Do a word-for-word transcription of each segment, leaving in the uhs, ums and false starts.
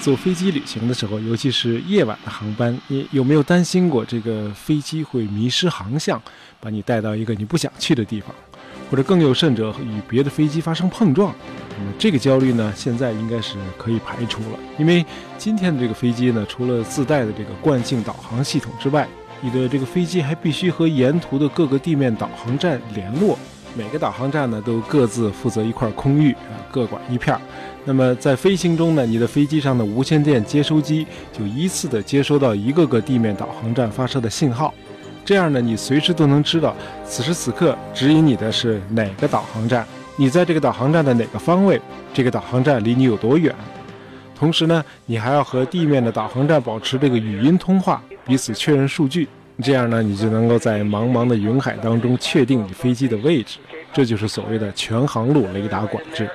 坐飞机旅行的时候，尤其是夜晚的航班，你有没有担心过这个飞机会迷失航向，把你带到一个你不想去的地方，或者更有甚者与别的飞机发生碰撞？那么这个焦虑呢，现在应该是可以排除了，因为今天的这个飞机呢，除了自带的这个惯性导航系统之外，你的这个飞机还必须和沿途的各个地面导航站联络。每个导航站呢都各自负责一块空域啊，各管一片。那么在飞行中呢，你的飞机上的无线电接收机就依次的接收到一个个地面导航站发射的信号，这样呢，你随时都能知道此时此刻指引你的是哪个导航站，你在这个导航站的哪个方位，这个导航站离你有多远。同时呢，你还要和地面的导航站保持这个语音通话，彼此确认数据。这样呢，你就能够在茫茫的云海当中确定你飞机的位置，这就是所谓的全航路雷达管制。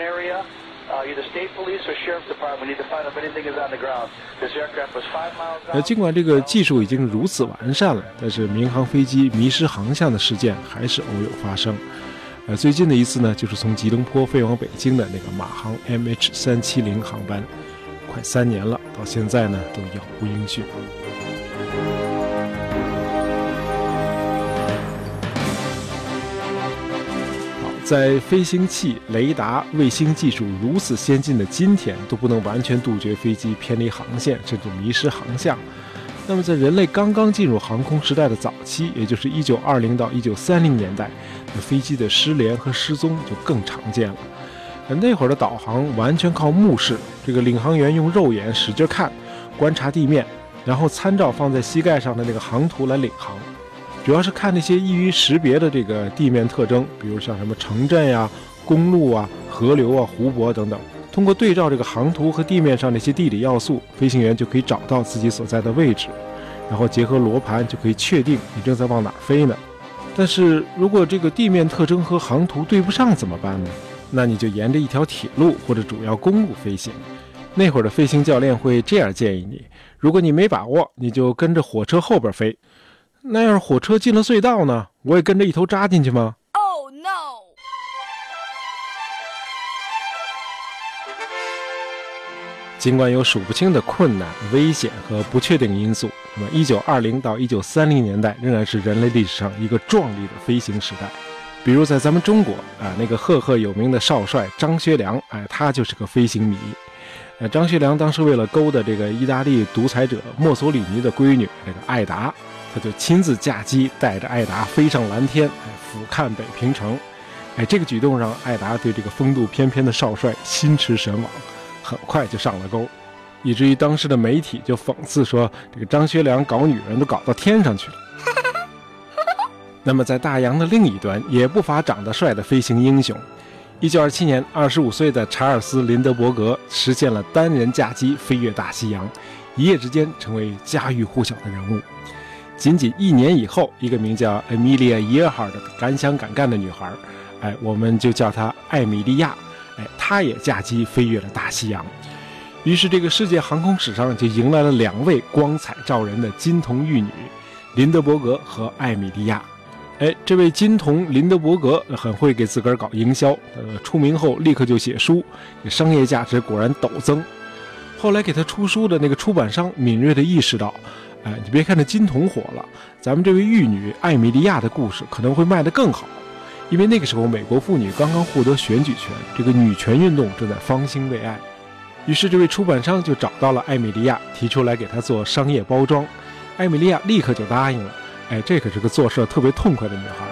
呃，尽管这个技术已经如此完善了，但是民航飞机迷失航向的事件还是偶有发生。呃，最近的一次呢，就是从吉隆坡飞往北京的那个马航 M H 三七零 航班，快三年了，到现在呢都杳无音讯。在飞行器、雷达、卫星技术如此先进的今天，都不能完全杜绝飞机偏离航线，甚至迷失航向。那么，在人类刚刚进入航空时代的早期，也就是一九二零到一九三零年代，那飞机的失联和失踪就更常见了。那会儿的导航完全靠目视，这个领航员用肉眼使劲看，观察地面，然后参照放在膝盖上的那个航图来领航。主要是看那些易于识别的这个地面特征，比如像什么城镇呀、公路啊、河流啊、湖泊等等。通过对照这个航图和地面上那些地理要素，飞行员就可以找到自己所在的位置，然后结合罗盘就可以确定你正在往哪儿飞呢。但是如果这个地面特征和航图对不上怎么办呢？那你就沿着一条铁路或者主要公路飞行。那会儿的飞行教练会这样建议你：如果你没把握，你就跟着火车后边飞。那要是火车进了隧道呢？我也跟着一头扎进去吗？ Oh no！ 尽管有数不清的困难、危险和不确定因素，那么一九二零到一九三零年代仍然是人类历史上一个壮丽的飞行时代。比如在咱们中国啊，那个赫赫有名的少帅张学良，哎，他就是个飞行迷。呃，张学良当时为了勾搭这个意大利独裁者墨索里尼的闺女这个艾达，他就亲自驾机带着艾达飞上蓝天，哎，俯瞰北平城。哎，这个举动让艾达对这个风度翩翩的少帅心驰神往，很快就上了钩，以至于当时的媒体就讽刺说，这个张学良搞女人都搞到天上去了。那么在大洋的另一端，也不乏长得帅的飞行英雄。一九二七年，二十五岁的查尔斯·林德伯格实现了单人驾机飞越大西洋，一夜之间成为家喻户晓的人物。仅仅一年以后，一个名叫 Amelia Earhart 的敢想敢干的女孩，哎，我们就叫她艾米莉亚，哎，她也驾机飞越了大西洋。于是，这个世界航空史上就迎来了两位光彩照人的金童玉女，林德伯格和艾米莉亚。哎，这位金童林德伯格很会给自个儿搞营销，呃，出名后立刻就写书，商业价值果然陡增。后来给他出书的那个出版商敏锐地意识到，哎，你别看这金童火了，咱们这位玉女艾米莉亚的故事可能会卖得更好，因为那个时候美国妇女刚刚获得选举权，这个女权运动正在方兴未艾。于是这位出版商就找到了艾米莉亚，提出来给她做商业包装。艾米莉亚立刻就答应了。哎，这可是个做事特别痛快的女孩。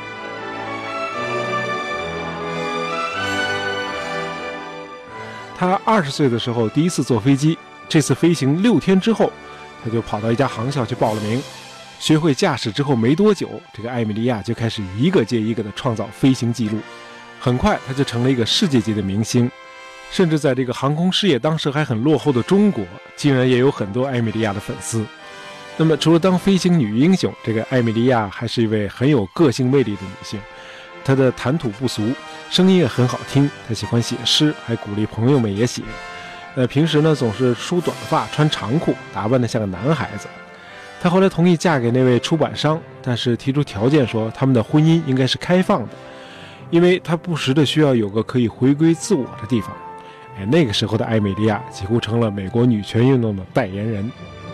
她二十岁的时候第一次坐飞机，这次飞行六天之后，她就跑到一家航校去报了名。学会驾驶之后没多久，这个艾米莉亚就开始一个接一个的创造飞行记录。很快，她就成了一个世界级的明星，甚至在这个航空事业当时还很落后的中国，竟然也有很多艾米莉亚的粉丝。那么除了当飞行女英雄，这个艾米莉亚还是一位很有个性魅力的女性。她的谈吐不俗，声音也很好听，她喜欢写诗，还鼓励朋友们也写。呃，平时呢总是梳短发，穿长裤，打扮得像个男孩子。她后来同意嫁给那位出版商，但是提出条件说他们的婚姻应该是开放的，因为她不时的需要有个可以回归自我的地方。 哎，那个时候的艾美利亚几乎成了美国女权运动的代言人。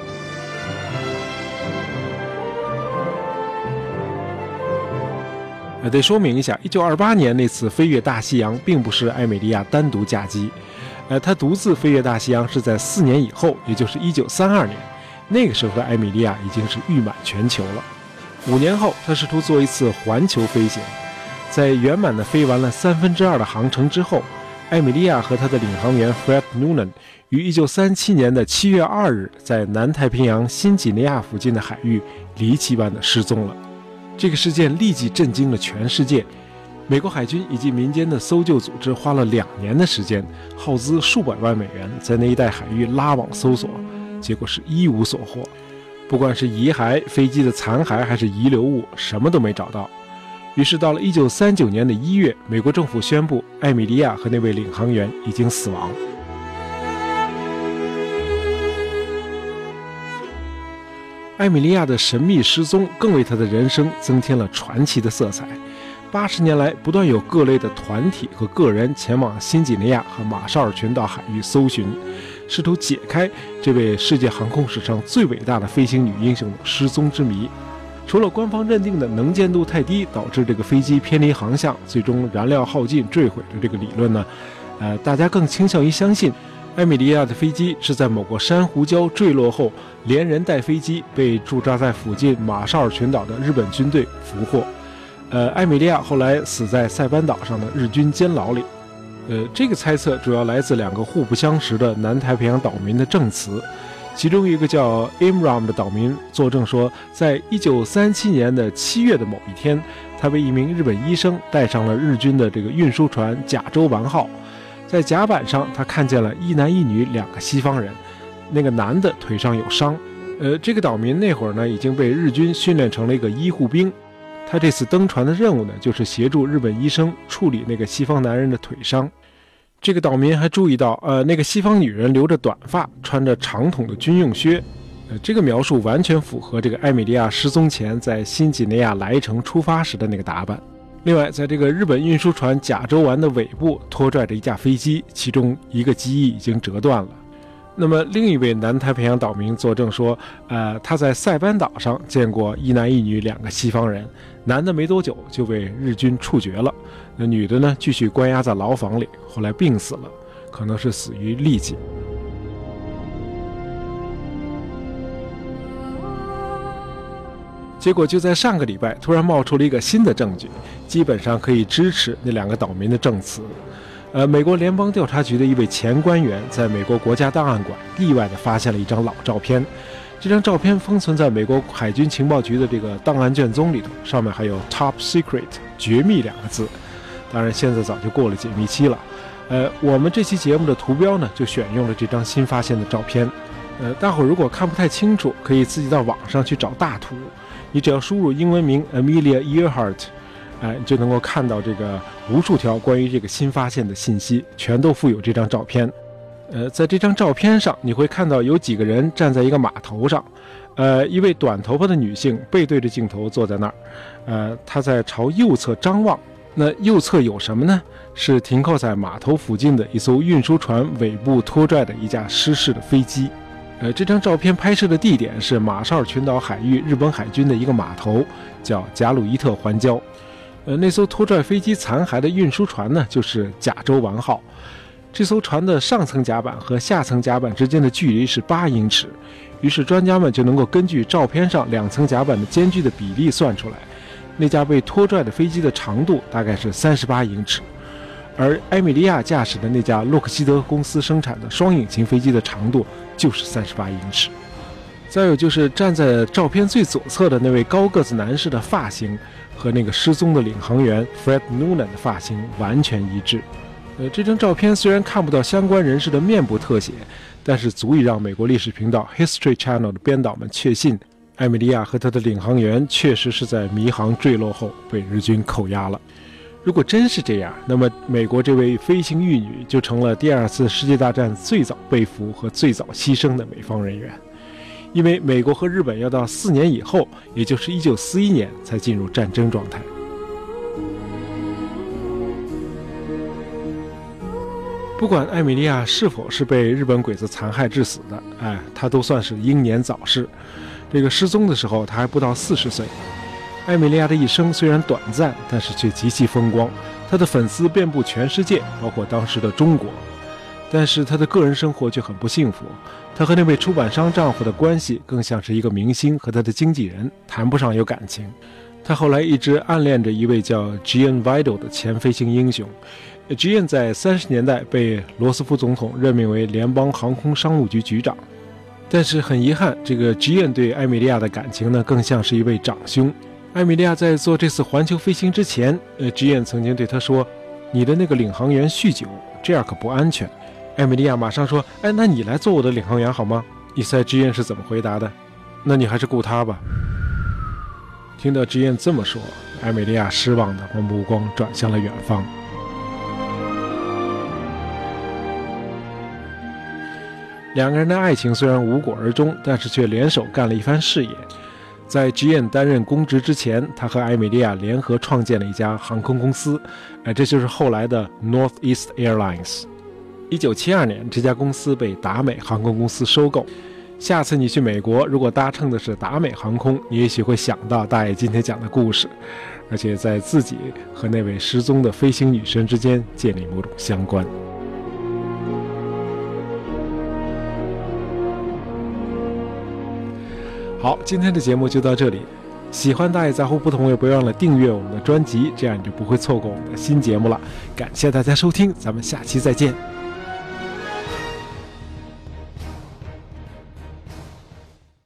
呃，得说明一下，一九二八年那次飞越大西洋，并不是艾美利亚单独驾机，呃，她独自飞越大西洋是在四年以后，也就是一九三二年。那个时候的艾美利亚已经是誉满全球了。五年后，她试图做一次环球飞行，在圆满的飞完了三分之二的航程之后，艾美利亚和她的领航员 Fred Noonan 于一九三七年的七月二日，在南太平洋新几内亚附近的海域离奇般的失踪了。这个事件立即震惊了全世界，美国海军以及民间的搜救组织花了两年的时间，耗资数百万美元，在那一带海域拉网搜索，结果是一无所获。不管是遗骸、飞机的残骸还是遗留物，什么都没找到。于是到了一九三九年的一月，美国政府宣布艾米莉亚和那位领航员已经死亡。艾米莉亚的神秘失踪更为她的人生增添了传奇的色彩。八十年来，不断有各类的团体和个人前往新几内亚和马绍尔群岛海域搜寻，试图解开这位世界航空史上最伟大的飞行女英雄的失踪之谜。除了官方认定的能见度太低导致这个飞机偏离航向，最终燃料耗尽坠毁的这个理论呢，呃，大家更倾向于相信艾米莉亚的飞机是在某个珊瑚礁坠落后，连人带飞机被驻扎在附近马绍尔群岛的日本军队俘获。呃，艾米莉亚后来死在塞班岛上的日军监牢里。呃，这个猜测主要来自两个互不相识的南太平洋岛民的证词。其中一个叫 Imram 的岛民作证说，在一九三七年的七月的某一天，他被一名日本医生带上了日军的这个运输船甲州丸号。在甲板上，他看见了一男一女两个西方人，那个男的腿上有伤。呃，这个岛民那会儿呢已经被日军训练成了一个医护兵。他这次登船的任务呢，就是协助日本医生处理那个西方男人的腿伤。这个岛民还注意到，呃，那个西方女人留着短发，穿着长筒的军用靴。呃，这个描述完全符合这个艾米莉亚失踪前在新几内亚莱城出发时的那个打扮。另外，在这个日本运输船甲州丸的尾部拖拽着一架飞机，其中一个机翼已经折断了。那么另一位南太平洋岛民作证说，呃，他在塞班岛上见过一男一女两个西方人，男的没多久就被日军处决了，那女的呢继续关押在牢房里，后来病死了，可能是死于痢疾。结果就在上个礼拜，突然冒出了一个新的证据，基本上可以支持那两个岛民的证词。呃，美国联邦调查局的一位前官员在美国国家档案馆意外地发现了一张老照片，这张照片封存在美国海军情报局的这个档案卷宗里头，上面还有 Top Secret 绝密两个字。当然，现在早就过了解密期了。呃，我们这期节目的图标呢，就选用了这张新发现的照片。呃，大伙儿如果看不太清楚，可以自己到网上去找大图。你只要输入英文名 Amelia Earhart， 哎，你就能够看到这个无数条关于这个新发现的信息，全都附有这张照片。呃，在这张照片上，你会看到有几个人站在一个码头上，呃，一位短头发的女性背对着镜头坐在那儿，呃，她在朝右侧张望。那右侧有什么呢？是停靠在码头附近的一艘运输船尾部拖拽的一架失事的飞机。呃，这张照片拍摄的地点是马绍尔群岛海域日本海军的一个码头，叫贾鲁伊特环礁。呃，那艘拖拽飞机残骸的运输船呢，就是甲州丸号。这艘船的上层甲板和下层甲板之间的距离是八英尺，于是专家们就能够根据照片上两层甲板的间距的比例算出来，那架被拖拽的飞机的长度大概是三十八英尺。而埃米利亚驾驶的那架洛克希德公司生产的双引擎飞机的长度就是三十八英尺。再有就是站在照片最左侧的那位高个子男士的发型和那个失踪的领航员 Fred Noonan 的发型完全一致。呃，这张照片虽然看不到相关人士的面部特写，但是足以让美国历史频道 History Channel 的编导们确信，艾米莉亚和她的领航员确实是在迷航坠落后被日军扣押了。如果真是这样，那么美国这位飞行玉女就成了第二次世界大战最早被俘和最早牺牲的美方人员，因为美国和日本要到四年以后，也就是一九四一年才进入战争状态。 不管艾米莉亚是否是被日本鬼子残害致死的，哎，她都算是英年早逝。这个失踪的时候，她还不到四十岁。艾米莉亚的一生虽然短暂，但是却极其风光，她的粉丝遍布全世界，包括当时的中国。但是她的个人生活却很不幸福，她和那位出版商丈夫的关系更像是一个明星和他的经纪人，谈不上有感情。她后来一直暗恋着一位叫 Gian Vidal 的前飞行英雄。Gian 在三十年代被罗斯福总统任命为联邦航空商务局局长，但是很遗憾，这个 Gian 对艾米莉亚的感情呢，更像是一位长兄。艾米莉亚在做这次环球飞行之前，呃 Gian 曾经对她说：“你的那个领航员酗酒，这样可不安全。”艾米莉亚马上说：“哎，那你来做我的领航员好吗？”你猜 Gian 是怎么回答的？那你还是雇他吧。听到 Gian 这么说，艾米莉亚失望地把目光转向了远方。两个人的爱情虽然无果而终，但是却联手干了一番事业。在 Gian 担任公职之前，他和艾米莉亚联合创建了一家航空公司，哎，这就是后来的 Northeast Airlines。一九七二年，这家公司被达美航空公司收购。下次你去美国，如果搭乘的是达美航空，你也许会想到大爷今天讲的故事，而且在自己和那位失踪的飞行女神之间建立某种相关。好，今天的节目就到这里。喜欢大爷杂货铺的朋友，别忘了订阅我们的专辑，这样你就不会错过我们的新节目了。感谢大家收听，咱们下期再见。